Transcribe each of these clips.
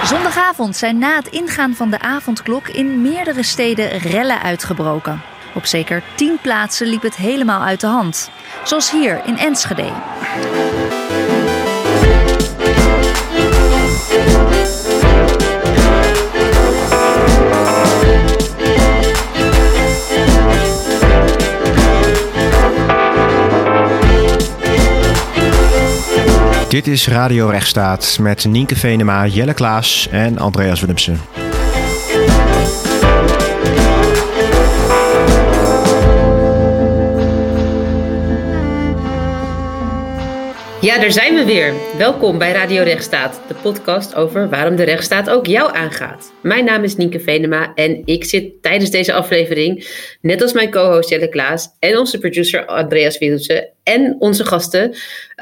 Zondagavond zijn na het ingaan van de avondklok in meerdere steden rellen uitgebroken. Op zeker 10 plaatsen liep het helemaal uit de hand. Zoals hier in Enschede. Dit is Radio Rechtsstaat met Nienke Venema, Jelle Klaas en Andreas Willemsen. Ja, daar zijn we weer. Welkom bij Radio Rechtsstaat, de podcast over waarom de rechtsstaat ook jou aangaat. Mijn naam is Nienke Venema en ik zit tijdens deze aflevering, net als mijn co-host Jelle Klaas en onze producer Andreas Willemsen en onze gasten,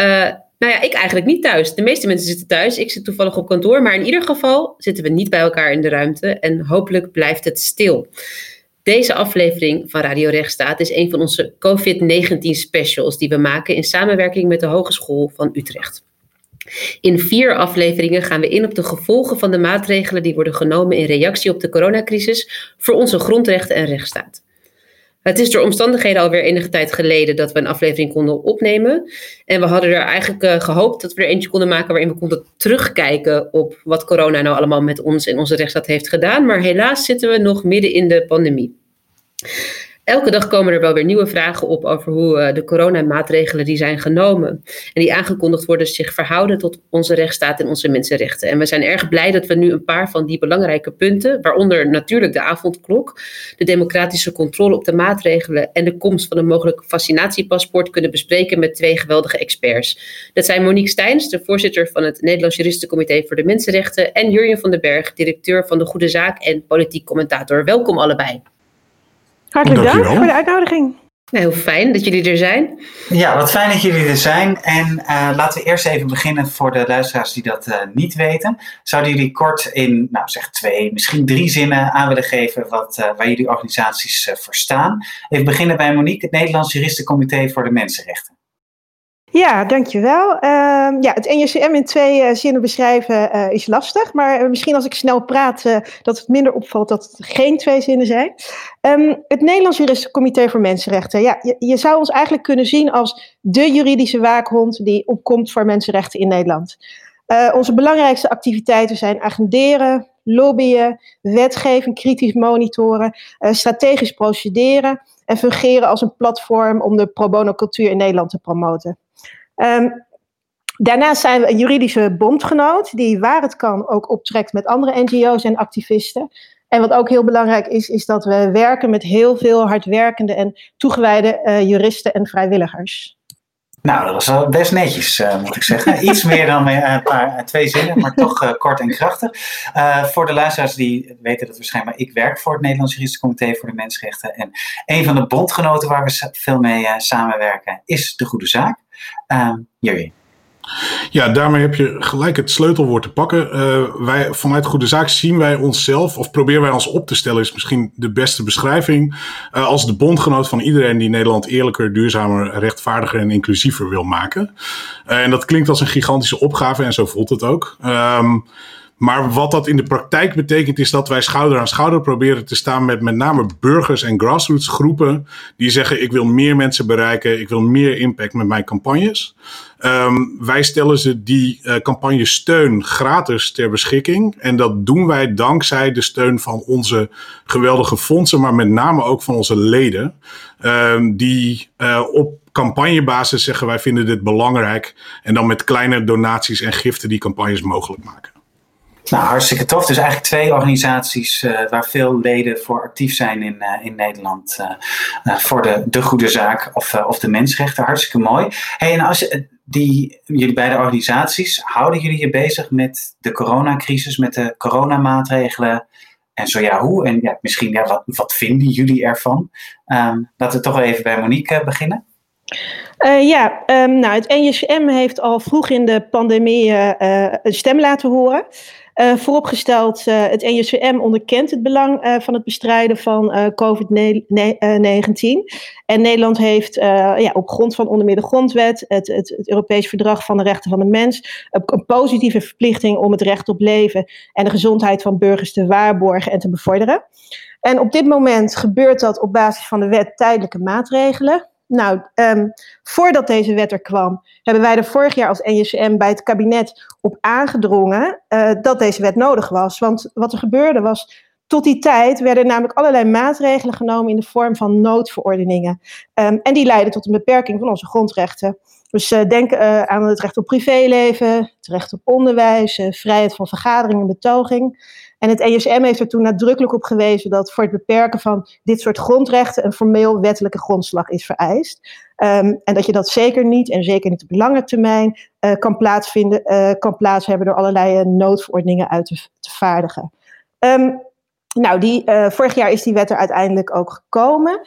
ik eigenlijk niet thuis. De meeste mensen zitten thuis. Ik zit toevallig op kantoor. Maar in ieder geval zitten we niet bij elkaar in de ruimte. En hopelijk blijft het stil. Deze aflevering van Radio Rechtsstaat is een van onze COVID-19 specials die we maken in samenwerking met de Hogeschool van Utrecht. In 4 afleveringen gaan we in op de gevolgen van de maatregelen die worden genomen in reactie op de coronacrisis voor onze grondrechten en rechtsstaat. Het is door omstandigheden alweer enige tijd geleden dat we een aflevering konden opnemen. En we hadden er eigenlijk gehoopt dat we er eentje konden maken waarin we konden terugkijken op wat corona nou allemaal met ons en onze rechtsstaat heeft gedaan. Maar helaas zitten we nog midden in de pandemie. Elke dag komen er wel weer nieuwe vragen op over hoe de coronamaatregelen die zijn genomen en die aangekondigd worden zich verhouden tot onze rechtsstaat en onze mensenrechten. En we zijn erg blij dat we nu een paar van die belangrijke punten, waaronder natuurlijk de avondklok, de democratische controle op de maatregelen en de komst van een mogelijk vaccinatiepaspoort kunnen bespreken met 2 geweldige experts. Dat zijn Monique Steijns, de voorzitter van het Nederlands Juristencomité voor de Mensenrechten, en Jurjen van den Berg, directeur van De Goede Zaak en politiek commentator. Welkom allebei. Hartelijk dank voor de uitnodiging. Heel fijn dat jullie er zijn. Ja, wat fijn dat jullie er zijn. En laten we eerst even beginnen voor de luisteraars die dat niet weten. Zouden jullie kort in, 2, misschien 3 zinnen aan willen geven waar jullie organisaties voor staan? Even beginnen bij Monique, het Nederlands Juristencomité voor de Mensenrechten. Ja, dankjewel. Het NJCM in 2 zinnen beschrijven is lastig. Maar misschien als ik snel praat dat het minder opvalt dat het geen 2 zinnen zijn. Het Nederlands Juristencomité voor Mensenrechten. Ja, je zou ons eigenlijk kunnen zien als de juridische waakhond die opkomt voor mensenrechten in Nederland. Onze belangrijkste activiteiten zijn agenderen, lobbyen, wetgeving, kritisch monitoren, strategisch procederen en fungeren als een platform om de pro bono cultuur in Nederland te promoten. Daarnaast zijn we een juridische bondgenoot die waar het kan ook optrekt met andere NGO's en activisten. En wat ook heel belangrijk is dat we werken met heel veel hardwerkende en toegewijde juristen en vrijwilligers. Nou, dat was wel best netjes, moet ik zeggen. Iets meer dan 2 zinnen, maar toch kort en krachtig. Voor de luisteraars die weten dat waarschijnlijk, maar ik werk voor het Nederlands Juristencomité voor de Mensenrechten. En een van de bondgenoten waar we veel mee samenwerken is De Goede Zaak. Jurjen. Ja, daarmee heb je gelijk het sleutelwoord te pakken. Wij vanuit Goede Zaak zien wij onszelf, of proberen wij ons op te stellen, is misschien de beste beschrijving, als de bondgenoot van iedereen die Nederland eerlijker, duurzamer, rechtvaardiger en inclusiever wil maken. En dat klinkt als een gigantische opgave en zo voelt het ook. Maar wat dat in de praktijk betekent is dat wij schouder aan schouder proberen te staan met name burgers en grassroots groepen die zeggen ik wil meer mensen bereiken, ik wil meer impact met mijn campagnes. Wij stellen ze die campagnesteun gratis ter beschikking en dat doen wij dankzij de steun van onze geweldige fondsen, maar met name ook van onze leden die op campagnebasis zeggen wij vinden dit belangrijk en dan met kleine donaties en giften die campagnes mogelijk maken. Nou, hartstikke tof. Dus eigenlijk 2 organisaties waar veel leden voor actief zijn in Nederland. Voor de Goede Zaak of de mensenrechten. Hartstikke mooi. Hey, en als jullie beide organisaties, houden jullie je bezig met de coronacrisis, met de coronamaatregelen? En zo ja, hoe? En ja, misschien wat vinden jullie ervan? Laten we toch wel even bij Monique beginnen. Het NJCM heeft al vroeg in de pandemie een stem laten horen. Vooropgesteld, het NJCM onderkent het belang van het bestrijden van COVID-19. En Nederland heeft op grond van onder meer de grondwet, het Europees Verdrag van de Rechten van de Mens, een positieve verplichting om het recht op leven en de gezondheid van burgers te waarborgen en te bevorderen. En op dit moment gebeurt dat op basis van de wet tijdelijke maatregelen. Nou, voordat deze wet er kwam, hebben wij er vorig jaar als NJCM bij het kabinet op aangedrongen dat deze wet nodig was. Want wat er gebeurde was, tot die tijd werden namelijk allerlei maatregelen genomen in de vorm van noodverordeningen. En die leiden tot een beperking van onze grondrechten. Dus denk aan het recht op privéleven, het recht op onderwijs, vrijheid van vergadering en betoging. En het NJCM heeft er toen nadrukkelijk op gewezen dat voor het beperken van dit soort grondrechten een formeel wettelijke grondslag is vereist. En dat je dat zeker niet, en zeker niet op lange termijn, kan plaats hebben door allerlei noodverordeningen uit te vaardigen. Vorig jaar is die wet er uiteindelijk ook gekomen.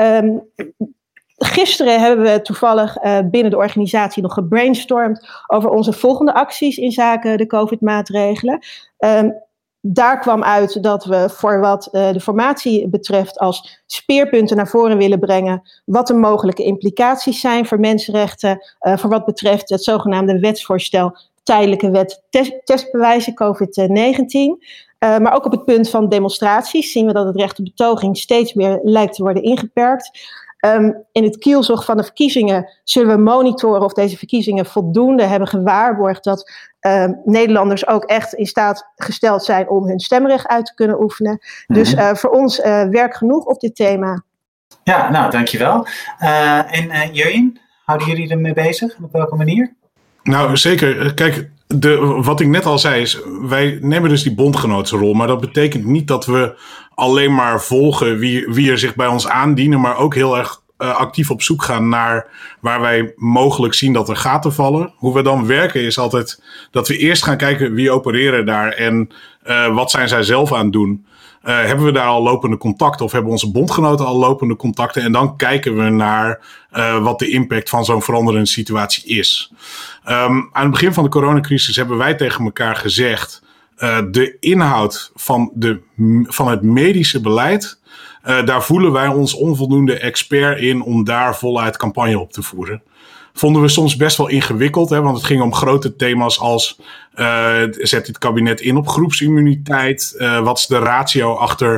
Gisteren hebben we toevallig binnen de organisatie nog gebrainstormd over onze volgende acties in zaken de COVID-maatregelen. Daar kwam uit dat we voor wat de formatie betreft als speerpunten naar voren willen brengen wat de mogelijke implicaties zijn voor mensenrechten, voor wat betreft het zogenaamde wetsvoorstel tijdelijke wet testbewijzen COVID-19. Maar ook op het punt van demonstraties zien we dat het recht op betoging steeds meer lijkt te worden ingeperkt. In het kielzog van de verkiezingen zullen we monitoren of deze verkiezingen voldoende hebben gewaarborgd dat Nederlanders ook echt in staat gesteld zijn om hun stemrecht uit te kunnen oefenen. Dus voor ons werk genoeg op dit thema. Ja, nou dankjewel. En Jurjen, houden jullie ermee bezig? Op welke manier? Nou, zeker. Kijk, wat ik net al zei is, wij nemen dus die bondgenootsrol. Maar dat betekent niet dat we alleen maar volgen wie er zich bij ons aandienen, maar ook heel erg actief op zoek gaan naar waar wij mogelijk zien dat er gaten vallen. Hoe we dan werken is altijd dat we eerst gaan kijken wie opereren daar en wat zijn zij zelf aan het doen. Hebben we daar al lopende contacten of hebben onze bondgenoten al lopende contacten? En dan kijken we naar wat de impact van zo'n veranderende situatie is. Aan het begin van de coronacrisis hebben wij tegen elkaar gezegd, de inhoud van het medische beleid, daar voelen wij ons onvoldoende expert in om daar voluit campagne op te voeren. Vonden we soms best wel ingewikkeld, want het ging om grote thema's als zet dit kabinet in op groepsimmuniteit? Wat is de ratio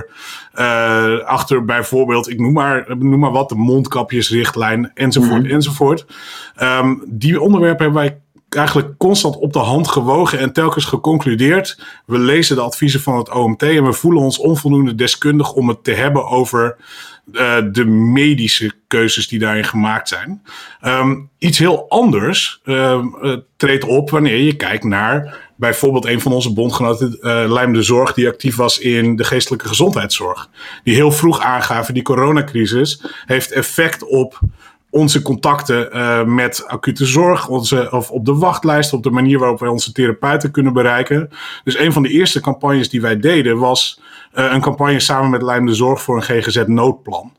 achter bijvoorbeeld, ik noem maar wat, de mondkapjesrichtlijn enzovoort enzovoort. Die onderwerpen hebben wij eigenlijk constant op de hand gewogen en telkens geconcludeerd. We lezen de adviezen van het OMT en we voelen ons onvoldoende deskundig om het te hebben over de medische keuzes die daarin gemaakt zijn. Iets heel anders treedt op wanneer je kijkt naar bijvoorbeeld een van onze bondgenoten, Lijm de Zorg, die actief was in de geestelijke gezondheidszorg. Die heel vroeg aangaven, die coronacrisis heeft effect op onze contacten met acute zorg, of op de wachtlijst, op de manier waarop wij onze therapeuten kunnen bereiken. Dus een van de eerste campagnes die wij deden was een campagne samen met Lijm de Zorg voor een GGZ-noodplan.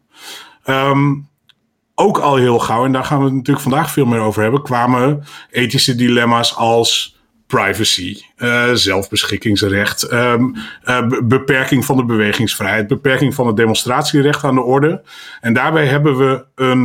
Ook al heel gauw, en daar gaan we het natuurlijk vandaag veel meer over hebben, kwamen ethische dilemma's als privacy, zelfbeschikkingsrecht, beperking van de bewegingsvrijheid, beperking van het demonstratierecht aan de orde. En daarbij hebben we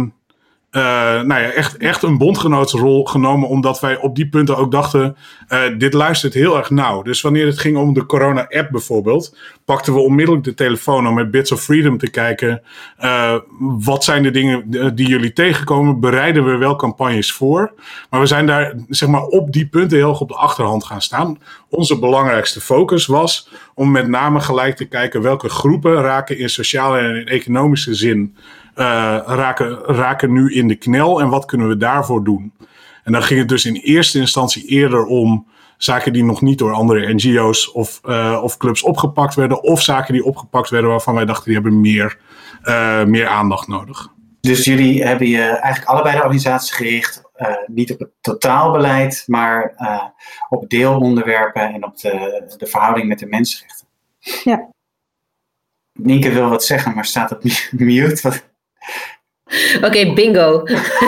echt een bondgenootsrol genomen, omdat wij op die punten ook dachten, dit luistert heel erg nauw. Dus wanneer het ging om de corona-app bijvoorbeeld, pakten we onmiddellijk de telefoon om met Bits of Freedom te kijken, wat zijn de dingen die jullie tegenkomen, bereiden we wel campagnes voor. Maar we zijn daar op die punten heel erg op de achterhand gaan staan. Onze belangrijkste focus was om met name gelijk te kijken welke groepen raken in sociale en in economische zin raken nu in de knel en wat kunnen we daarvoor doen. En dan ging het dus in eerste instantie eerder om zaken die nog niet door andere NGO's of clubs opgepakt werden, of zaken die opgepakt werden waarvan wij dachten die hebben meer aandacht nodig. Dus jullie hebben je eigenlijk allebei de organisaties gericht, niet op het totaalbeleid, maar op deelonderwerpen en op de verhouding met de mensenrechten. Ja. Nienke wil wat zeggen, maar staat op mute. Oké, bingo.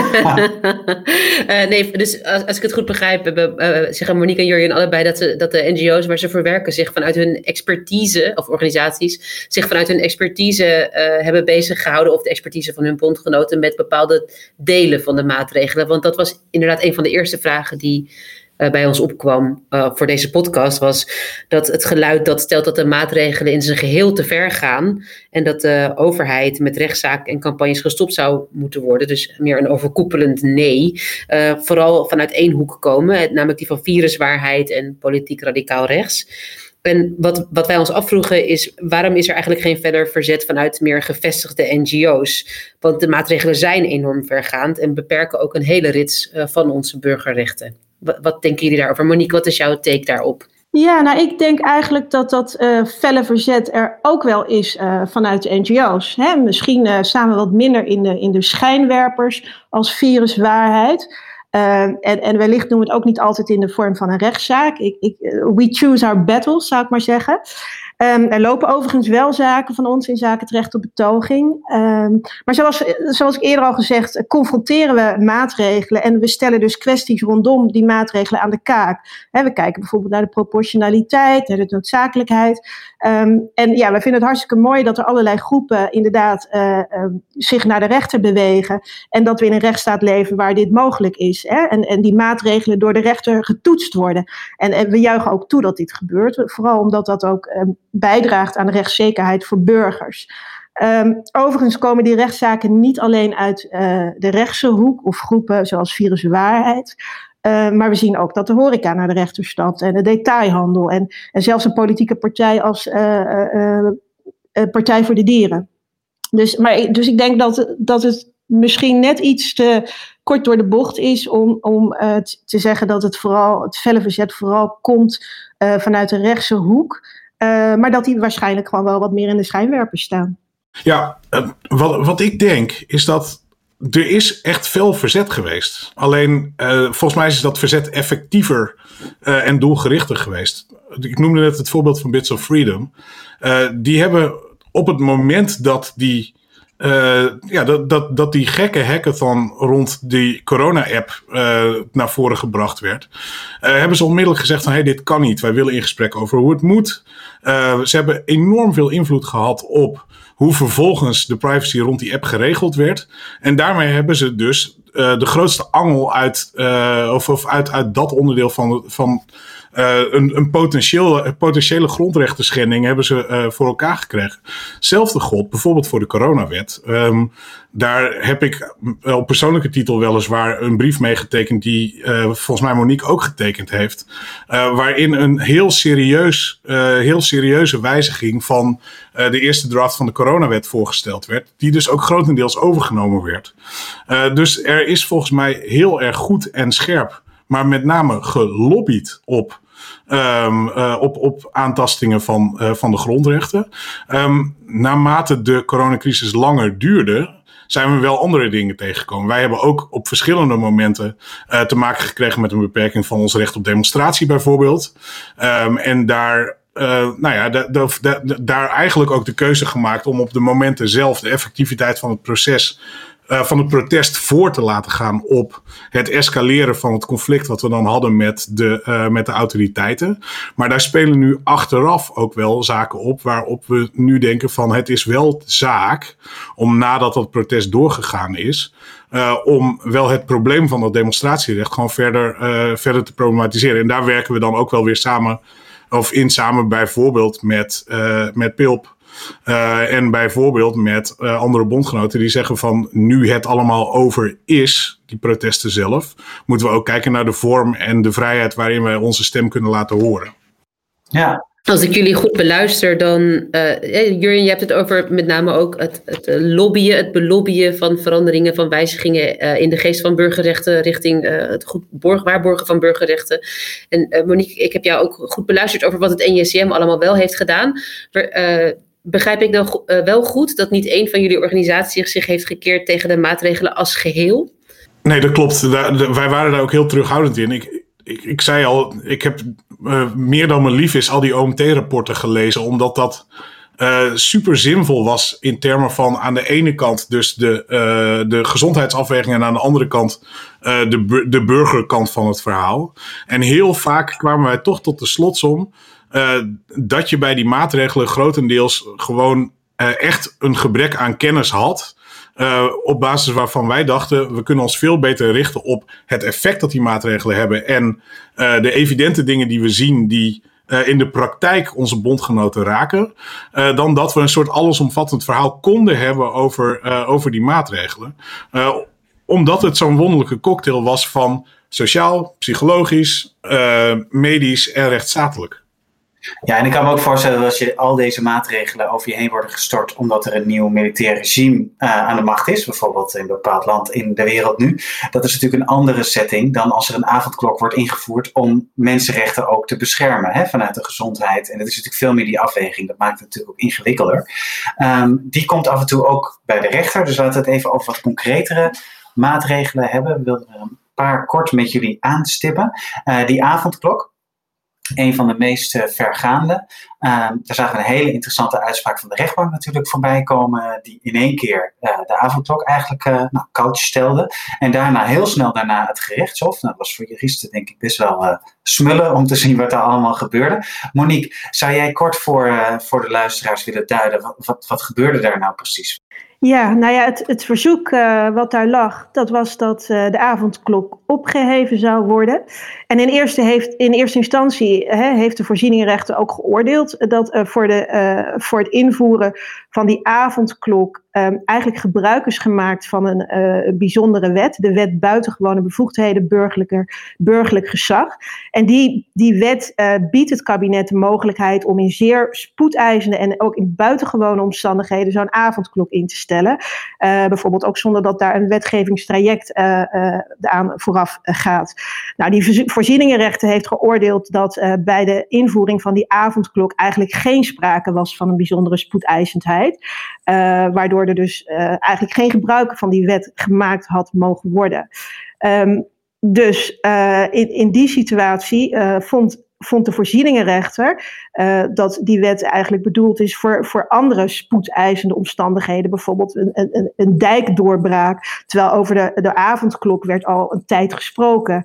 Nee, dus als ik het goed begrijp, zeggen Monique en Jurjen allebei dat de NGO's waar ze voor werken zich vanuit hun expertise, of organisaties, zich vanuit hun expertise hebben bezig gehouden, of de expertise van hun bondgenoten, met bepaalde delen van de maatregelen. Want dat was inderdaad een van de eerste vragen die bij ons opkwam voor deze podcast, was dat het geluid dat stelt dat de maatregelen in zijn geheel te ver gaan en dat de overheid met rechtszaken en campagnes gestopt zou moeten worden, dus meer een overkoepelend nee, vooral vanuit één hoek komen, namelijk die van viruswaarheid en politiek radicaal rechts. En wat wij ons afvroegen is, waarom is er eigenlijk geen verder verzet vanuit meer gevestigde NGO's? Want de maatregelen zijn enorm vergaand en beperken ook een hele rits van onze burgerrechten. Wat denken jullie daarover? Monique, wat is jouw take daarop? Ja, nou ik denk eigenlijk dat felle verzet er ook wel is vanuit de NGO's. Hè? Misschien samen wat minder in de schijnwerpers als viruswaarheid. En wellicht doen we het ook niet altijd in de vorm van een rechtszaak. We choose our battles, zou ik maar zeggen. Er lopen overigens wel zaken van ons in zaken het recht op betoging. Maar zoals ik eerder al gezegd, confronteren we maatregelen en we stellen dus kwesties rondom die maatregelen aan de kaak. We kijken bijvoorbeeld naar de proportionaliteit, naar de noodzakelijkheid. En ja, we vinden het hartstikke mooi dat er allerlei groepen inderdaad zich naar de rechter bewegen. En dat we in een rechtsstaat leven waar dit mogelijk is. En die maatregelen door de rechter getoetst worden. En we juichen ook toe dat dit gebeurt. Vooral omdat dat ook bijdraagt aan de rechtszekerheid voor burgers. Overigens komen die rechtszaken niet alleen uit de rechtse hoek of groepen zoals viruswaarheid. Maar we zien ook dat de horeca naar de rechter stapt en de detailhandel en zelfs een politieke partij als Partij voor de Dieren. Dus ik denk dat het misschien net iets te kort door de bocht is om te zeggen dat het felle verzet vooral komt vanuit de rechtse hoek. Maar dat die waarschijnlijk gewoon wel wat meer in de schijnwerpers staan. Ja, wat ik denk is dat er is echt veel verzet geweest. Alleen volgens mij is dat verzet effectiever en doelgerichter geweest. Ik noemde net het voorbeeld van Bits of Freedom. Die hebben op het moment dat dat die gekke hackathon rond die corona-app naar voren gebracht werd, hebben ze onmiddellijk gezegd van dit kan niet. Wij willen in gesprek over hoe het moet. Ze hebben enorm veel invloed gehad op hoe vervolgens de privacy rond die app geregeld werd. En daarmee hebben ze dus de grootste angel uit dat onderdeel van een potentiële grondrechtenschending hebben ze voor elkaar gekregen. Hetzelfde gold bijvoorbeeld voor de coronawet. Daar heb ik op persoonlijke titel weliswaar een brief mee getekend die volgens mij Monique ook getekend heeft. Waarin een heel serieuze wijziging van de eerste draft van de coronawet voorgesteld werd. Die dus ook grotendeels overgenomen werd. Dus er is volgens mij heel erg goed en scherp, maar met name gelobbyd op aantastingen van de grondrechten. Naarmate de coronacrisis langer duurde, zijn we wel andere dingen tegengekomen. Wij hebben ook op verschillende momenten te maken gekregen met een beperking van ons recht op demonstratie bijvoorbeeld. En daar eigenlijk ook de keuze gemaakt om op de momenten zelf de effectiviteit van het proces van het protest voor te laten gaan op het escaleren van het conflict wat we dan hadden met de autoriteiten. Maar daar spelen nu achteraf ook wel zaken op waarop we nu denken van het is wel zaak om nadat dat protest doorgegaan is, om wel het probleem van dat demonstratierecht gewoon verder te problematiseren. En daar werken we dan ook wel weer samen bijvoorbeeld met PILP. En bijvoorbeeld met andere bondgenoten die zeggen van nu het allemaal over is, die protesten zelf, moeten we ook kijken naar de vorm en de vrijheid waarin wij onze stem kunnen laten horen. Ja. Als ik jullie goed beluister, dan Jurjen, je hebt het over met name ook het lobbyen, het belobbyen van veranderingen, van wijzigingen in de geest van burgerrechten richting het goed waarborgen van burgerrechten. En Monique, ik heb jou ook goed beluisterd over wat het NJCM allemaal wel heeft gedaan. Begrijp ik dan wel goed dat niet één van jullie organisaties zich heeft gekeerd tegen de maatregelen als geheel? Nee, dat klopt. Wij waren daar ook heel terughoudend in. Ik zei al, ik heb meer dan mijn lief is al die OMT-rapporten gelezen, omdat dat super zinvol was in termen van aan de ene kant dus de gezondheidsafweging en aan de andere kant de burgerkant van het verhaal. En heel vaak kwamen wij toch tot de slotsom dat je bij die maatregelen grotendeels gewoon echt een gebrek aan kennis had. Op basis waarvan wij dachten, we kunnen ons veel beter richten op het effect dat die maatregelen hebben en de evidente dingen die we zien die in de praktijk onze bondgenoten raken, dan dat we een soort allesomvattend verhaal konden hebben over die maatregelen. Omdat het zo'n wonderlijke cocktail was van sociaal, psychologisch, medisch en rechtsstatelijk. Ja, en ik kan me ook voorstellen dat als je al deze maatregelen over je heen worden gestort omdat er een nieuw militair regime aan de macht is, bijvoorbeeld in een bepaald land in de wereld nu, dat is natuurlijk een andere setting dan als er een avondklok wordt ingevoerd om mensenrechten ook te beschermen, vanuit de gezondheid. En dat is natuurlijk veel meer die afweging, dat maakt het natuurlijk ook ingewikkelder. Die komt af en toe ook bij de rechter, dus laten we het even over wat concretere maatregelen hebben. We wilden er een paar kort met jullie aanstippen. Die avondklok. Een van de meest vergaande. Daar zagen we een hele interessante uitspraak van de rechtbank natuurlijk voorbij komen. Die in één keer de avondklok eigenlijk koud stelde. En daarna heel snel daarna het gerechtshof. Dat was voor juristen denk ik best wel smullen om te zien wat daar allemaal gebeurde. Monique, zou jij kort voor de luisteraars willen duiden? Wat gebeurde daar nou precies? Ja, nou ja, het verzoek wat daar lag, dat was dat de avondklok opgeheven zou worden. En in eerste instantie heeft de voorzieningenrechter ook geoordeeld dat voor het invoeren van die avondklok eigenlijk gebruik is gemaakt van een bijzondere wet. De wet buitengewone bevoegdheden burgerlijk gezag. En die wet biedt het kabinet de mogelijkheid om in zeer spoedeisende en ook in buitengewone omstandigheden zo'n avondklok in te stellen. Bijvoorbeeld ook zonder dat daar een wetgevingstraject aan vooraf gaat. Nou, die voorzieningenrechter heeft geoordeeld dat bij de invoering van die avondklok eigenlijk geen sprake was van een bijzondere spoedeisendheid. Waardoor er dus eigenlijk geen gebruik van die wet gemaakt had mogen worden. Dus in die situatie vond de voorzieningenrechter dat die wet eigenlijk bedoeld is voor andere spoedeisende omstandigheden. Bijvoorbeeld een dijkdoorbraak. Terwijl over de avondklok werd al een tijd gesproken.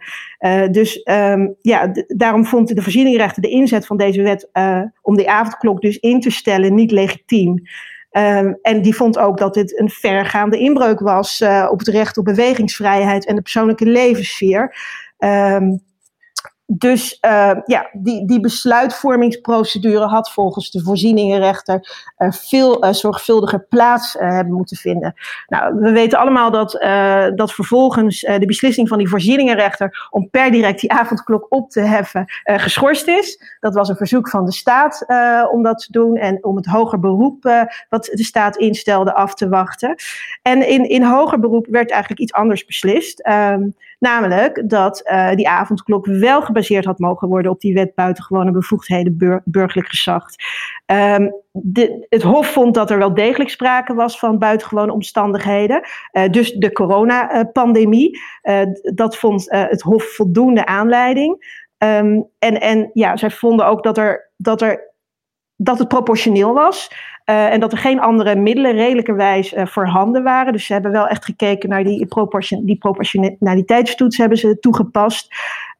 Daarom vond de voorzieningenrechter de inzet van deze wet om die avondklok dus in te stellen niet legitiem. En die vond ook dat dit een vergaande inbreuk was op het recht op bewegingsvrijheid en de persoonlijke levenssfeer. Die besluitvormingsprocedure had volgens de voorzieningenrechter veel zorgvuldiger plaats hebben moeten vinden. Nou, we weten allemaal dat vervolgens de beslissing van die voorzieningenrechter om per direct die avondklok op te heffen geschorst is. Dat was een verzoek van de staat om dat te doen en om het hoger beroep wat de staat instelde af te wachten. En in hoger beroep werd eigenlijk iets anders beslist. Namelijk dat die avondklok wel gebaseerd had mogen worden op die wet buitengewone bevoegdheden burgerlijk gezag. Het Hof vond dat er wel degelijk sprake was van buitengewone omstandigheden. Dus de coronapandemie, dat vond het Hof voldoende aanleiding. Zij vonden ook dat het proportioneel was. En dat er geen andere middelen redelijkerwijs voorhanden waren. Dus ze hebben wel echt gekeken naar die proportionaliteitstoets hebben ze toegepast.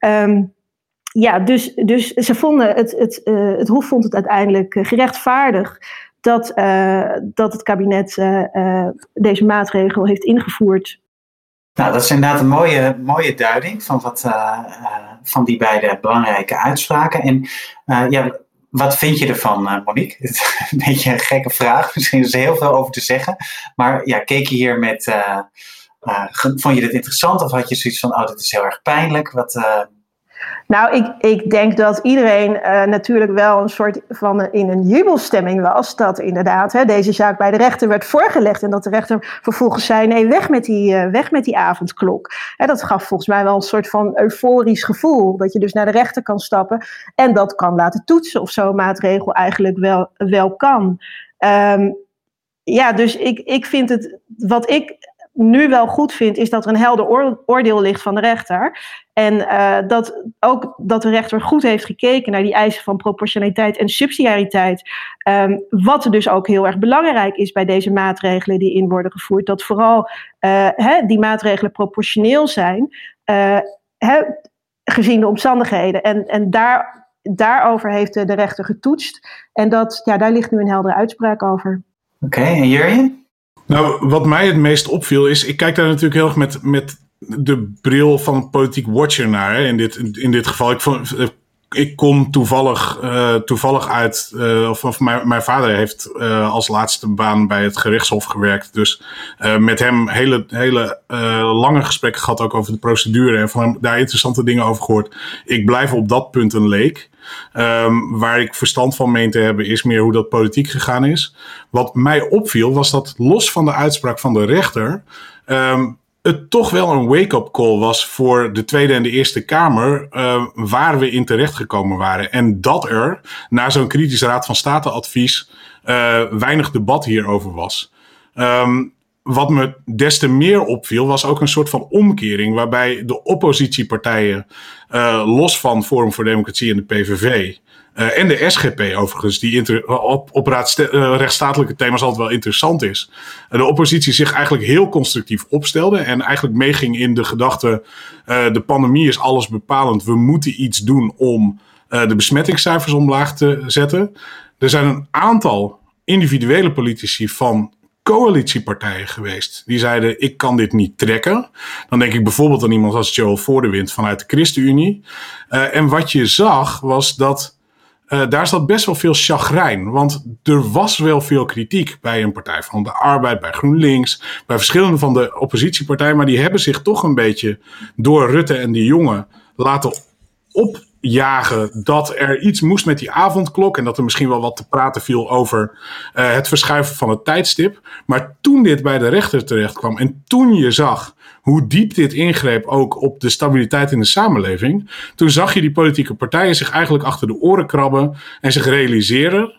Dus ze vonden het Hof vond het uiteindelijk gerechtvaardigd dat het kabinet deze maatregel heeft ingevoerd. Nou, dat is inderdaad een mooie duiding van die beide belangrijke uitspraken. En wat vind je ervan, Monique? Het is een beetje een gekke vraag. Misschien is er heel veel over te zeggen. Maar keek je hier met... vond je dit interessant? Of had je zoiets van, dit is heel erg pijnlijk? Nou, ik denk dat iedereen natuurlijk wel een soort van in een jubelstemming was. Dat inderdaad deze zaak bij de rechter werd voorgelegd. En dat de rechter vervolgens zei, nee, weg met die avondklok. Dat gaf volgens mij wel een soort van euforisch gevoel. Dat je dus naar de rechter kan stappen en dat kan laten toetsen of zo'n maatregel eigenlijk wel kan. Dus ik vind het, nu wel goed vind, is dat er een helder oordeel ligt van de rechter. En dat de rechter goed heeft gekeken naar die eisen van proportionaliteit en subsidiariteit. Wat er dus ook heel erg belangrijk is bij deze maatregelen die in worden gevoerd. Dat vooral die maatregelen proportioneel zijn, gezien de omstandigheden. En daarover heeft de rechter getoetst. En daar ligt nu een heldere uitspraak over. Oké, en Jurjen? Nou, wat mij het meest opviel is, ik kijk daar natuurlijk heel erg met de bril van een politiek watcher naar. Hè. In dit geval, ik kom toevallig uit, of mijn vader heeft als laatste baan bij het gerechtshof gewerkt. Dus met hem hele lange gesprekken gehad ook over de procedure en van hem daar interessante dingen over gehoord. Ik blijf op dat punt een leek. Waar ik verstand van meen te hebben is meer hoe dat politiek gegaan is. Wat mij opviel was dat los van de uitspraak van de rechter het toch wel een wake-up call was voor de Tweede en de Eerste Kamer waar we in terecht gekomen waren. En dat er na zo'n kritisch Raad van State advies weinig debat hierover was. Wat me des te meer opviel was ook een soort van omkering waarbij de oppositiepartijen los van Forum voor Democratie en de PVV en de SGP overigens, die op rechtsstatelijke thema's altijd wel interessant is. De oppositie zich eigenlijk heel constructief opstelde en eigenlijk meeging in de gedachte, de pandemie is alles bepalend, we moeten iets doen om de besmettingscijfers omlaag te zetten. Er zijn een aantal individuele politici van coalitiepartijen geweest. Die zeiden, ik kan dit niet trekken. Dan denk ik bijvoorbeeld aan iemand als Joel Voordewind vanuit de ChristenUnie. En wat je zag was dat daar zat best wel veel chagrijn. Want er was wel veel kritiek bij een Partij van de Arbeid, bij GroenLinks, bij verschillende van de oppositiepartijen. Maar die hebben zich toch een beetje door Rutte en de Jonge laten opjagen dat er iets moest met die avondklok en dat er misschien wel wat te praten viel over het verschuiven van het tijdstip. Maar toen dit bij de rechter terecht kwam en toen je zag hoe diep dit ingreep ook op de stabiliteit in de samenleving, toen zag je die politieke partijen zich eigenlijk achter de oren krabben en zich realiseren,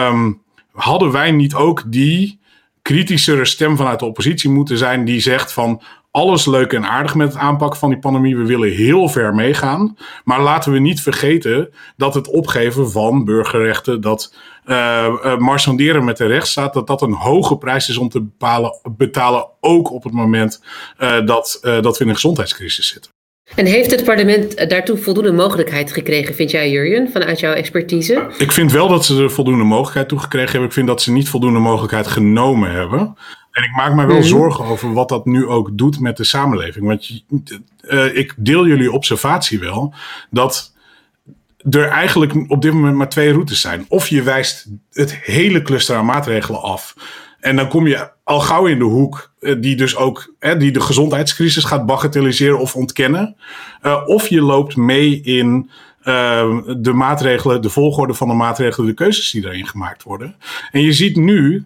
hadden wij niet ook die kritischere stem vanuit de oppositie moeten zijn die zegt van alles leuk en aardig met het aanpakken van die pandemie. We willen heel ver meegaan. Maar laten we niet vergeten dat het opgeven van burgerrechten, dat marchanderen met de rechtsstaat, dat een hoge prijs is om te betalen ook op het moment dat we in een gezondheidscrisis zitten. En heeft het parlement daartoe voldoende mogelijkheid gekregen, vind jij, Jurjen, vanuit jouw expertise? Ik vind wel dat ze er voldoende mogelijkheid toe gekregen hebben. Ik vind dat ze niet voldoende mogelijkheid genomen hebben. En ik maak mij wel zorgen over wat dat nu ook doet met de samenleving. Want ik deel jullie observatie wel dat er eigenlijk op dit moment maar 2 routes zijn. Of je wijst het hele cluster aan maatregelen af. En dan kom je al gauw in de hoek die dus ook die de gezondheidscrisis gaat bagatelliseren of ontkennen. Of je loopt mee in de maatregelen, de volgorde van de maatregelen, de keuzes die daarin gemaakt worden. En je ziet nu,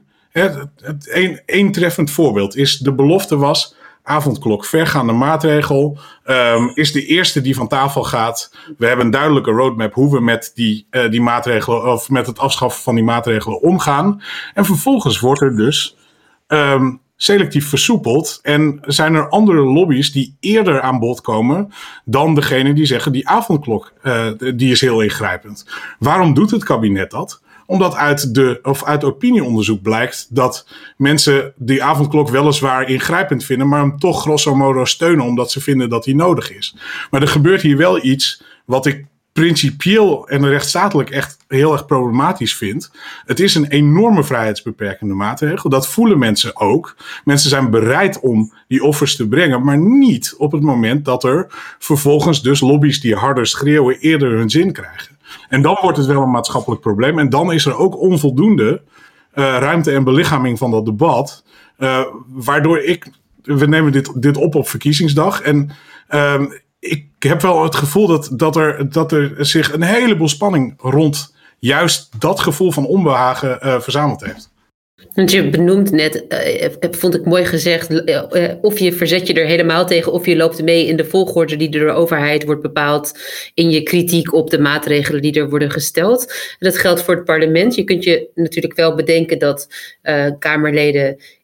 één treffend voorbeeld is de belofte was avondklok, vergaande maatregel, is de eerste die van tafel gaat. We hebben een duidelijke roadmap hoe we met die maatregelen of met het afschaffen van die maatregelen omgaan. En vervolgens wordt er dus selectief versoepeld en zijn er andere lobby's die eerder aan bod komen dan degene die zeggen die avondklok die is heel ingrijpend. Waarom doet het kabinet dat? Omdat uit opinieonderzoek blijkt dat mensen die avondklok weliswaar ingrijpend vinden, maar hem toch grosso modo steunen omdat ze vinden dat hij nodig is. Maar er gebeurt hier wel iets wat ik principieel en rechtsstatelijk echt heel erg problematisch vind. Het is een enorme vrijheidsbeperkende maatregel. Dat voelen mensen ook. Mensen zijn bereid om die offers te brengen, maar niet op het moment dat er vervolgens dus lobby's die harder schreeuwen eerder hun zin krijgen. En dan wordt het wel een maatschappelijk probleem. En dan is er ook onvoldoende ruimte en belichaming van dat debat. Waardoor we nemen dit op verkiezingsdag. En ik heb wel het gevoel dat er zich een heleboel spanning rond juist dat gevoel van onbehagen verzameld heeft. Want je benoemt net, vond ik mooi gezegd, of je verzet je er helemaal tegen of je loopt mee in de volgorde die door de overheid wordt bepaald in je kritiek op de maatregelen die er worden gesteld. En dat geldt voor het parlement. Je kunt je natuurlijk wel bedenken dat Kamerleden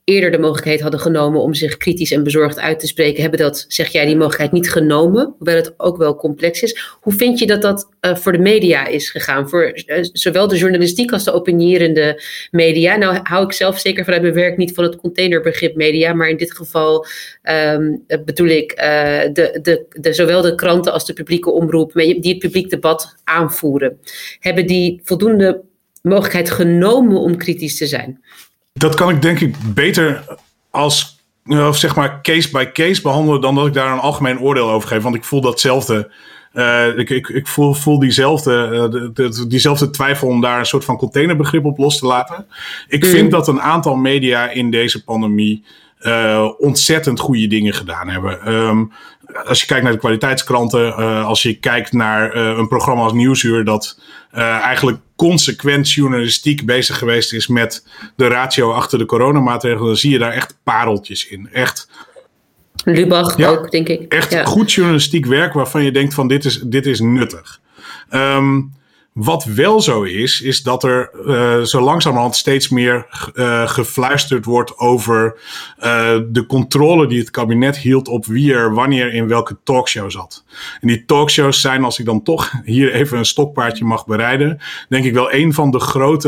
eerder de mogelijkheid hadden genomen om zich kritisch en bezorgd uit te spreken, hebben dat, zeg jij, die mogelijkheid niet genomen, hoewel het ook wel complex is. Hoe vind je dat voor de media is gegaan? Voor zowel de journalistiek als de opinierende media. Nou hou ik zelf zeker vanuit mijn werk niet van het containerbegrip media, maar in dit geval bedoel ik zowel de kranten als de publieke omroep die het publiek debat aanvoeren. Hebben die voldoende mogelijkheid genomen om kritisch te zijn? Dat kan ik denk ik beter als zeg maar case by case behandelen dan dat ik daar een algemeen oordeel over geef. Want ik voel datzelfde. Ik voel diezelfde twijfel om daar een soort van containerbegrip op los te laten. Ik vind dat een aantal media in deze pandemie ontzettend goede dingen gedaan hebben. Als je kijkt naar de kwaliteitskranten, als je kijkt naar een programma als Nieuwsuur dat eigenlijk consequent journalistiek bezig geweest is met de ratio achter de coronamaatregelen, dan zie je daar echt pareltjes in. Echt. Lubach ook, denk ik. Echt goed journalistiek werk waarvan je denkt van dit is nuttig. Wat wel zo is dat er zo langzamerhand steeds meer gefluisterd wordt over de controle die het kabinet hield op wie er wanneer in welke talkshow zat. En die talkshows zijn, als ik dan toch hier even een stokpaardje mag bereiden, denk ik wel een van de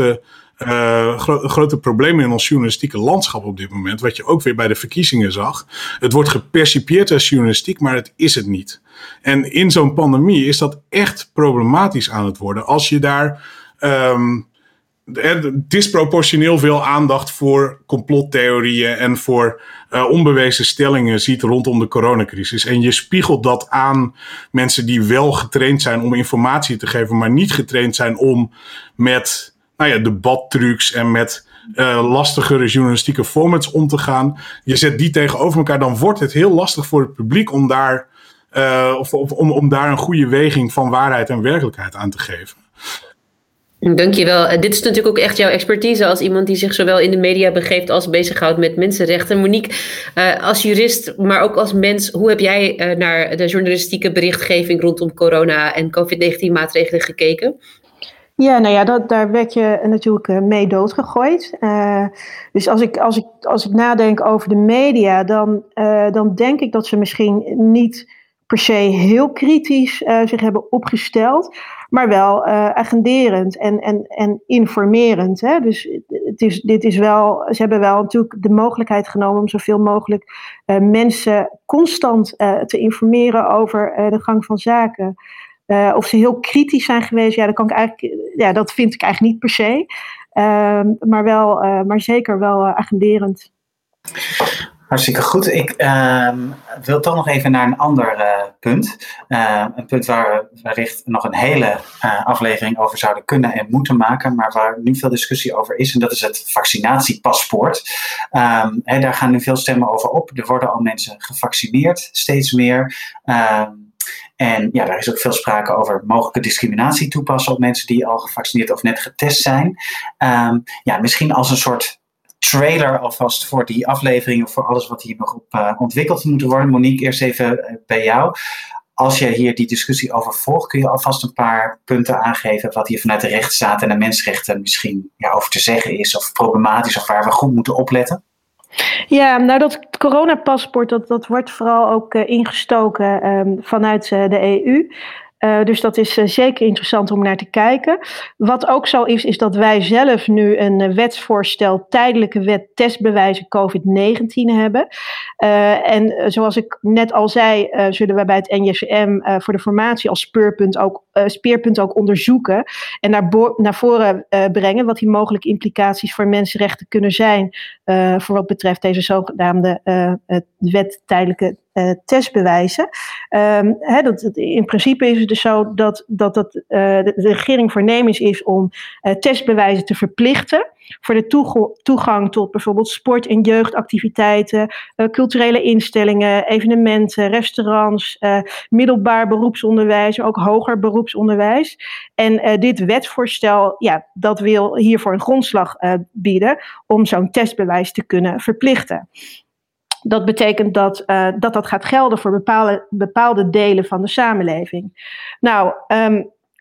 grote problemen in ons journalistieke landschap op dit moment. Wat je ook weer bij de verkiezingen zag. Het wordt gepercipieerd als journalistiek, maar het is het niet. En in zo'n pandemie is dat echt problematisch aan het worden. Als je daar disproportioneel veel aandacht voor complottheorieën en voor onbewezen stellingen ziet rondom de coronacrisis. En je spiegelt dat aan mensen die wel getraind zijn om informatie te geven, maar niet getraind zijn om met debattrucs en met lastigere journalistieke formats om te gaan. Je zet die tegenover elkaar, dan wordt het heel lastig voor het publiek om daar om daar een goede weging van waarheid en werkelijkheid aan te geven. Dankjewel. Dit is natuurlijk ook echt jouw expertise als iemand die zich zowel in de media begeeft als bezighoudt met mensenrechten. Monique, als jurist, maar ook als mens, hoe heb jij naar de journalistieke berichtgeving rondom corona en COVID-19 maatregelen gekeken? Ja, daar werd je natuurlijk mee doodgegooid. Dus als ik nadenk over de media, dan denk ik dat ze misschien niet per se heel kritisch zich hebben opgesteld, maar wel agenderend en informerend. Hè? Dus ze hebben wel natuurlijk de mogelijkheid genomen om zoveel mogelijk mensen constant te informeren over de gang van zaken. Of ze heel kritisch zijn geweest, dat vind ik eigenlijk niet per se. Maar zeker wel agenderend. Hartstikke goed. Ik wil toch nog even naar een ander punt. Een punt waar we wellicht nog een hele aflevering over zouden kunnen en moeten maken, maar waar nu veel discussie over is. En dat is het vaccinatiepaspoort. Daar gaan nu veel stemmen over op. Er worden al mensen gevaccineerd, steeds meer. En ja, daar is ook veel sprake over mogelijke discriminatie toepassen op mensen die al gevaccineerd of net getest zijn. Misschien als een soort trailer alvast voor die aflevering of voor alles wat hier nog op ontwikkeld moet worden. Monique, eerst even bij jou. Als je hier die discussie over volgt, kun je alvast een paar punten aangeven wat hier vanuit de rechtsstaat en de mensenrechten misschien over te zeggen is of problematisch of waar we goed moeten opletten? Ja, nou dat coronapaspoort, dat wordt vooral ook ingestoken vanuit de EU. Dus dat is zeker interessant om naar te kijken. Wat ook zo is dat wij zelf nu een wetsvoorstel tijdelijke wet testbewijzen COVID-19 hebben. En zoals ik net al zei, zullen wij bij het NJCM voor de formatie als speerpunt ook onderzoeken en naar voren brengen wat die mogelijke implicaties voor mensenrechten kunnen zijn voor wat betreft deze zogenaamde wet tijdelijke testbewijzen. In principe is het dus zo dat de regering voornemens is om testbewijzen te verplichten voor de toegang tot bijvoorbeeld sport- en jeugdactiviteiten, culturele instellingen, evenementen, restaurants, middelbaar beroepsonderwijs, maar ook hoger beroepsonderwijs. En dit wetsvoorstel, dat wil hiervoor een grondslag bieden om zo'n testbewijs te kunnen verplichten. Dat betekent dat gaat gelden voor bepaalde delen van de samenleving. Nou,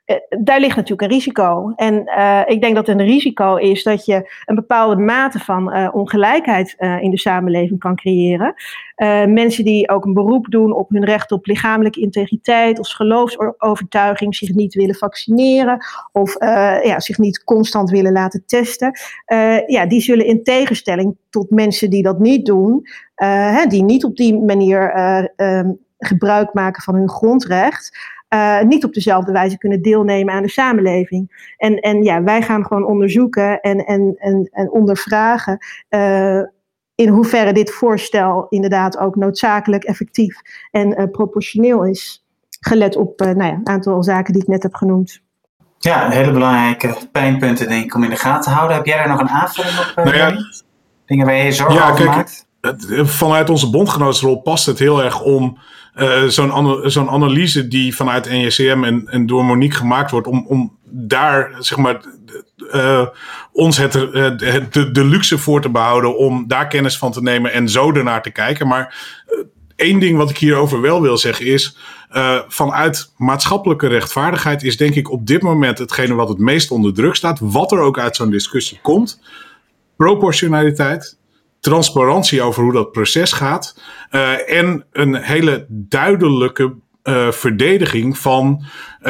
daar ligt natuurlijk een risico. En ik denk dat een risico is dat je een bepaalde mate van ongelijkheid in de samenleving kan creëren. Mensen die ook een beroep doen op hun recht op lichamelijke integriteit of geloofsovertuiging, zich niet willen vaccineren of zich niet constant willen laten testen. Die zullen in tegenstelling tot mensen die dat niet doen, die niet op die manier gebruik maken van hun grondrecht, niet op dezelfde wijze kunnen deelnemen aan de samenleving. En wij gaan gewoon onderzoeken en ondervragen in hoeverre dit voorstel inderdaad ook noodzakelijk, effectief en proportioneel is. Gelet op een aantal zaken die ik net heb genoemd. Ja, hele belangrijke pijnpunten denk ik om in de gaten te houden. Heb jij daar nog een aanvulling op? Dingen waar je je zorgen over maakt? Vanuit onze bondgenootsrol past het heel erg om zo'n analyse die vanuit NJCM en door Monique gemaakt wordt, om daar zeg maar ons de luxe voor te behouden om daar kennis van te nemen en zo ernaar te kijken. Maar één ding wat ik hierover wel wil zeggen is, vanuit maatschappelijke rechtvaardigheid is denk ik op dit moment hetgene wat het meest onder druk staat, wat er ook uit zo'n discussie komt, proportionaliteit, transparantie over hoe dat proces gaat en een hele duidelijke verdediging van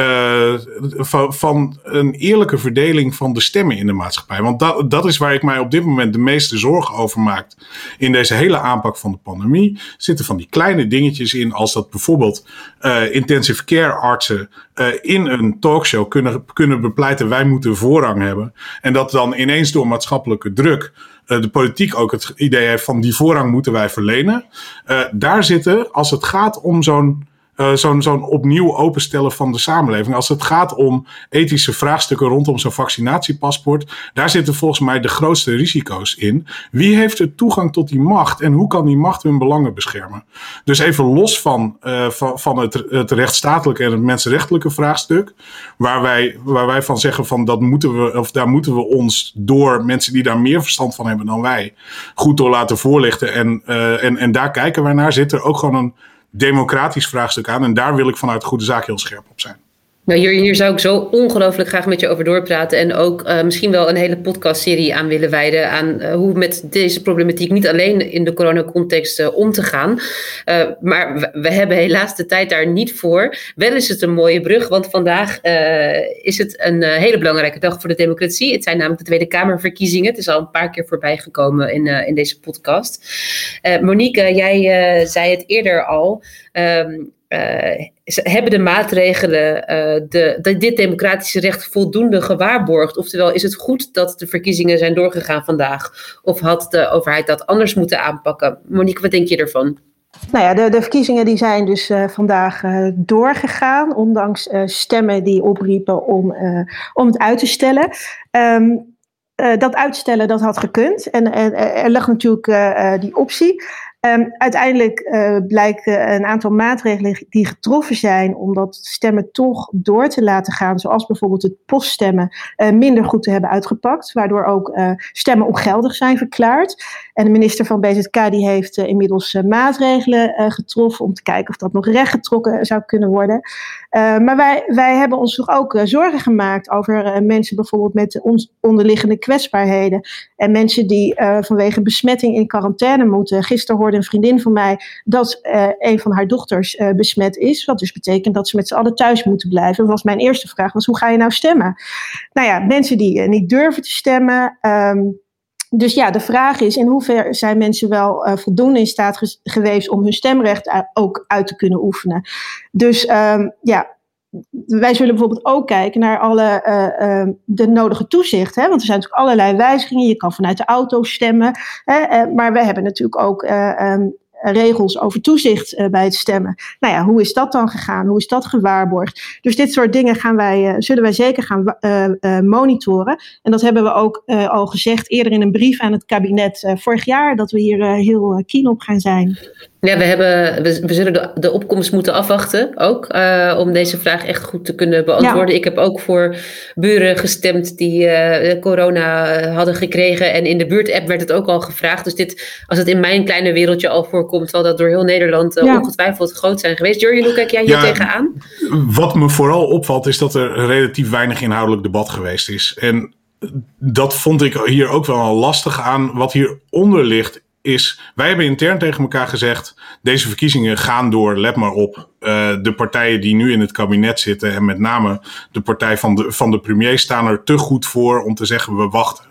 een eerlijke verdeling van de stemmen in de maatschappij. Want dat is waar ik mij op dit moment de meeste zorgen over maak in deze hele aanpak van de pandemie. Er zitten van die kleine dingetjes in als dat bijvoorbeeld intensive care artsen in een talkshow kunnen bepleiten wij moeten voorrang hebben. En dat dan ineens door maatschappelijke druk de politiek ook het idee heeft van die voorrang moeten wij verlenen. Daar zitten, als het gaat om zo'n opnieuw openstellen van de samenleving, als het gaat om ethische vraagstukken rondom zo'n vaccinatiepaspoort, daar zitten volgens mij de grootste risico's in. Wie heeft er toegang tot die macht en hoe kan die macht hun belangen beschermen? Dus even los van het rechtsstatelijke en het mensenrechtelijke vraagstuk, waar wij van zeggen van daar moeten we ons door mensen die daar meer verstand van hebben dan wij goed door laten voorlichten en daar kijken wij naar, zit er ook gewoon een democratisch vraagstuk aan. En daar wil ik vanuit Goede Zaak heel scherp op zijn. Nou, hier zou ik zo ongelooflijk graag met je over doorpraten. En ook misschien wel een hele podcastserie aan willen wijden. Aan hoe met deze problematiek niet alleen in de coronacontext om te gaan. Maar we hebben helaas de tijd daar niet voor. Wel is het een mooie brug. Want vandaag is het een hele belangrijke dag voor de democratie. Het zijn namelijk de Tweede Kamerverkiezingen. Het is al een paar keer voorbij gekomen in deze podcast. Monique, jij zei het eerder al. Hebben de maatregelen dit democratische recht voldoende gewaarborgd? Oftewel, is het goed dat de verkiezingen zijn doorgegaan vandaag? Of had de overheid dat anders moeten aanpakken? Monique, wat denk je ervan? Nou ja, de verkiezingen die zijn dus vandaag doorgegaan, ondanks stemmen die opriepen om het uit te stellen. Dat uitstellen, dat had gekund. En er lag natuurlijk die optie. Uiteindelijk blijken een aantal maatregelen die getroffen zijn om dat stemmen toch door te laten gaan, zoals bijvoorbeeld het poststemmen, minder goed te hebben uitgepakt, waardoor ook stemmen ongeldig zijn verklaard. En de minister van BZK die heeft inmiddels maatregelen getroffen om te kijken of dat nog rechtgetrokken zou kunnen worden. Maar wij hebben ons toch ook zorgen gemaakt over mensen bijvoorbeeld met onderliggende kwetsbaarheden en mensen die vanwege besmetting in quarantaine moeten. Gisteren hoorde een vriendin van mij dat een van haar dochters besmet is, wat dus betekent dat ze met z'n allen thuis moeten blijven. Dat was mijn eerste vraag, hoe ga je nou stemmen? Nou ja, mensen die niet durven te stemmen. Dus ja, de vraag is in hoeverre zijn mensen wel voldoende in staat geweest om hun stemrecht ook uit te kunnen oefenen. Dus wij zullen bijvoorbeeld ook kijken naar de nodige toezicht. Hè? Want er zijn natuurlijk allerlei wijzigingen. Je kan vanuit de auto stemmen. Maar we hebben natuurlijk ook regels over toezicht bij het stemmen. Nou ja, hoe is dat dan gegaan? Hoe is dat gewaarborgd? Dus dit soort dingen zullen wij zeker gaan monitoren. En dat hebben we ook al gezegd eerder in een brief aan het kabinet vorig jaar, dat we hier heel keen op gaan zijn. Ja, we zullen de opkomst moeten afwachten ook, om deze vraag echt goed te kunnen beantwoorden. Ja. Ik heb ook voor buren gestemd die corona hadden gekregen. En in de buurtapp werd het ook al gevraagd. Dus als het in mijn kleine wereldje al voorkomt, zal dat door heel Nederland ongetwijfeld groot zijn geweest. Jurjen, hoe kijk jij hier tegenaan? Wat me vooral opvalt is dat er relatief weinig inhoudelijk debat geweest is. En dat vond ik hier ook wel lastig aan. Wat hieronder ligt is, wij hebben intern tegen elkaar gezegd, deze verkiezingen gaan door, let maar op. De partijen die nu in het kabinet zitten en met name de partij van de premier staan er te goed voor om te zeggen we wachten.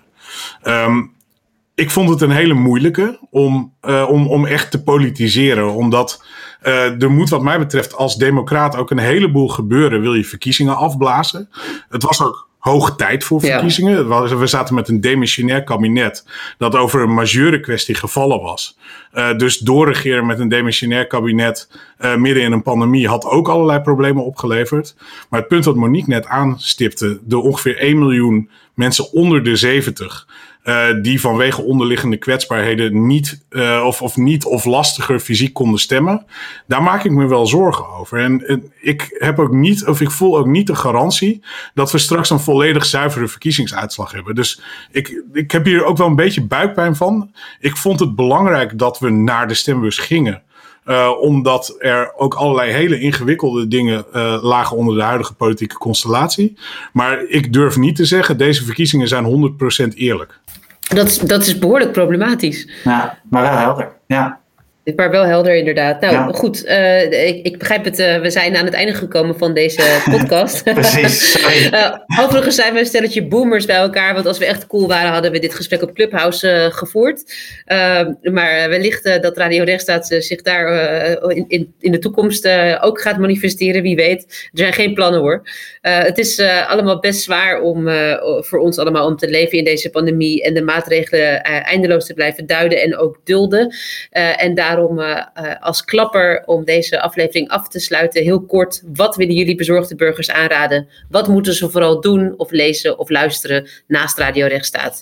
Ik vond het een hele moeilijke om echt te politiseren, omdat er moet wat mij betreft als democraat ook een heleboel gebeuren, wil je verkiezingen afblazen. Het was ook hoog tijd voor verkiezingen. Ja. We zaten met een demissionair kabinet dat over een majeure kwestie gevallen was. Dus doorregeren met een demissionair kabinet midden in een pandemie had ook allerlei problemen opgeleverd. Maar het punt wat Monique net aanstipte, de ongeveer 1 miljoen mensen onder de 70... die vanwege onderliggende kwetsbaarheden niet of lastiger fysiek konden stemmen. Daar maak ik me wel zorgen over. En ik voel ook niet de garantie dat we straks een volledig zuivere verkiezingsuitslag hebben. Dus ik heb hier ook wel een beetje buikpijn van. Ik vond het belangrijk dat we naar de stembus gingen. Omdat er ook allerlei hele ingewikkelde dingen lagen onder de huidige politieke constellatie. Maar ik durf niet te zeggen, deze verkiezingen zijn 100% eerlijk. Dat is behoorlijk problematisch. Ja, maar wel helder. Ja. Maar wel helder inderdaad. Nou goed, ik begrijp het. We zijn aan het einde gekomen van deze podcast. Precies, sorry. Overigens zijn we een stelletje boomers bij elkaar. Want als we echt cool waren, hadden we dit gesprek op Clubhouse gevoerd. Maar wellicht dat Radio Rechtsstaat zich daar in de toekomst ook gaat manifesteren. Wie weet. Er zijn geen plannen hoor. Het is allemaal best zwaar voor ons allemaal om te leven in deze pandemie. En de maatregelen eindeloos te blijven duiden en ook dulden. En daarom als klapper om deze aflevering af te sluiten, heel kort, wat willen jullie bezorgde burgers aanraden? Wat moeten ze vooral doen of lezen of luisteren naast Radio Rechtsstaat?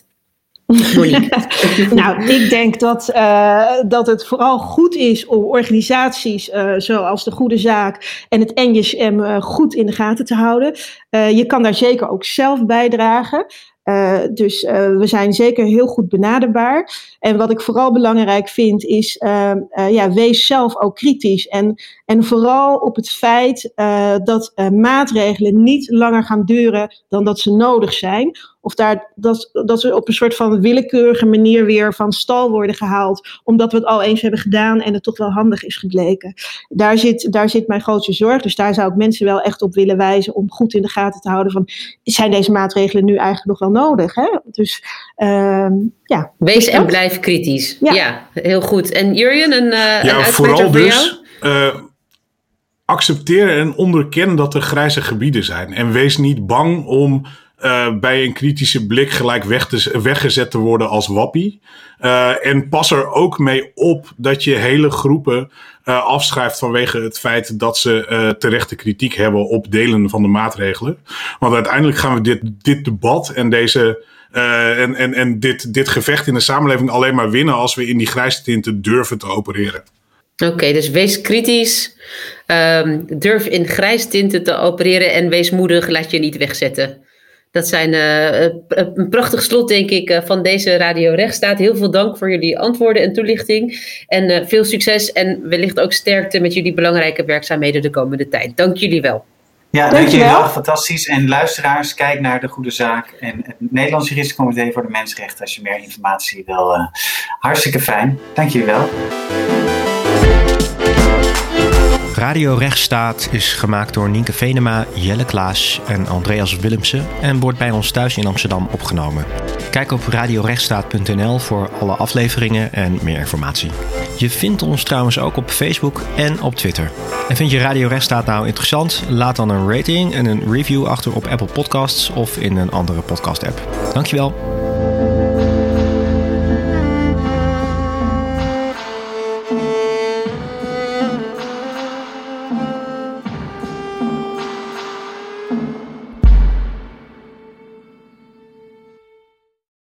Nou, ik denk dat het vooral goed is om organisaties zoals de Goede Zaak en het NJSM goed in de gaten te houden. Je kan daar zeker ook zelf bijdragen. Dus we zijn zeker heel goed benaderbaar. En wat ik vooral belangrijk vind is, wees zelf ook kritisch. En vooral op het feit dat maatregelen niet langer gaan duren dan dat ze nodig zijn. Of dat ze op een soort van willekeurige manier weer van stal worden gehaald. Omdat we het al eens hebben gedaan en het toch wel handig is gebleken. Daar zit mijn grootste zorg. Dus daar zou ik mensen wel echt op willen wijzen om goed in de gaten te houden van, zijn deze maatregelen nu eigenlijk nog wel nodig? Hè? Dus wees en blijf kritisch. Ja, heel goed. En Jurjen, een vooral voor dus accepteer en onderken dat er grijze gebieden zijn. En wees niet bang om bij een kritische blik gelijk weggezet te worden als wappie. En pas er ook mee op dat je hele groepen afschrijft vanwege het feit dat ze terechte kritiek hebben op delen van de maatregelen. Want uiteindelijk gaan we dit debat en dit gevecht in de samenleving alleen maar winnen als we in die grijze tinten durven te opereren. Oké, dus wees kritisch, durf in grijs tinten te opereren en wees moedig, laat je niet wegzetten. Dat zijn een prachtig slot, denk ik, van deze Radio Rechtsstaat. Heel veel dank voor jullie antwoorden en toelichting. En veel succes en wellicht ook sterkte met jullie belangrijke werkzaamheden de komende tijd. Dank jullie wel. Ja, dank jullie wel. Fantastisch. En luisteraars, kijk naar de Goede Zaak en het Nederlands Juristencomité voor de Mensenrechten als je meer informatie wil. Hartstikke fijn. Dank jullie wel. Radio Rechtsstaat is gemaakt door Nienke Venema, Jelle Klaas en Andreas Willemsen en wordt bij ons thuis in Amsterdam opgenomen. Kijk op radiorechtsstaat.nl voor alle afleveringen en meer informatie. Je vindt ons trouwens ook op Facebook en op Twitter. En vind je Radio Rechtsstaat nou interessant? Laat dan een rating en een review achter op Apple Podcasts of in een andere podcast app. Dankjewel.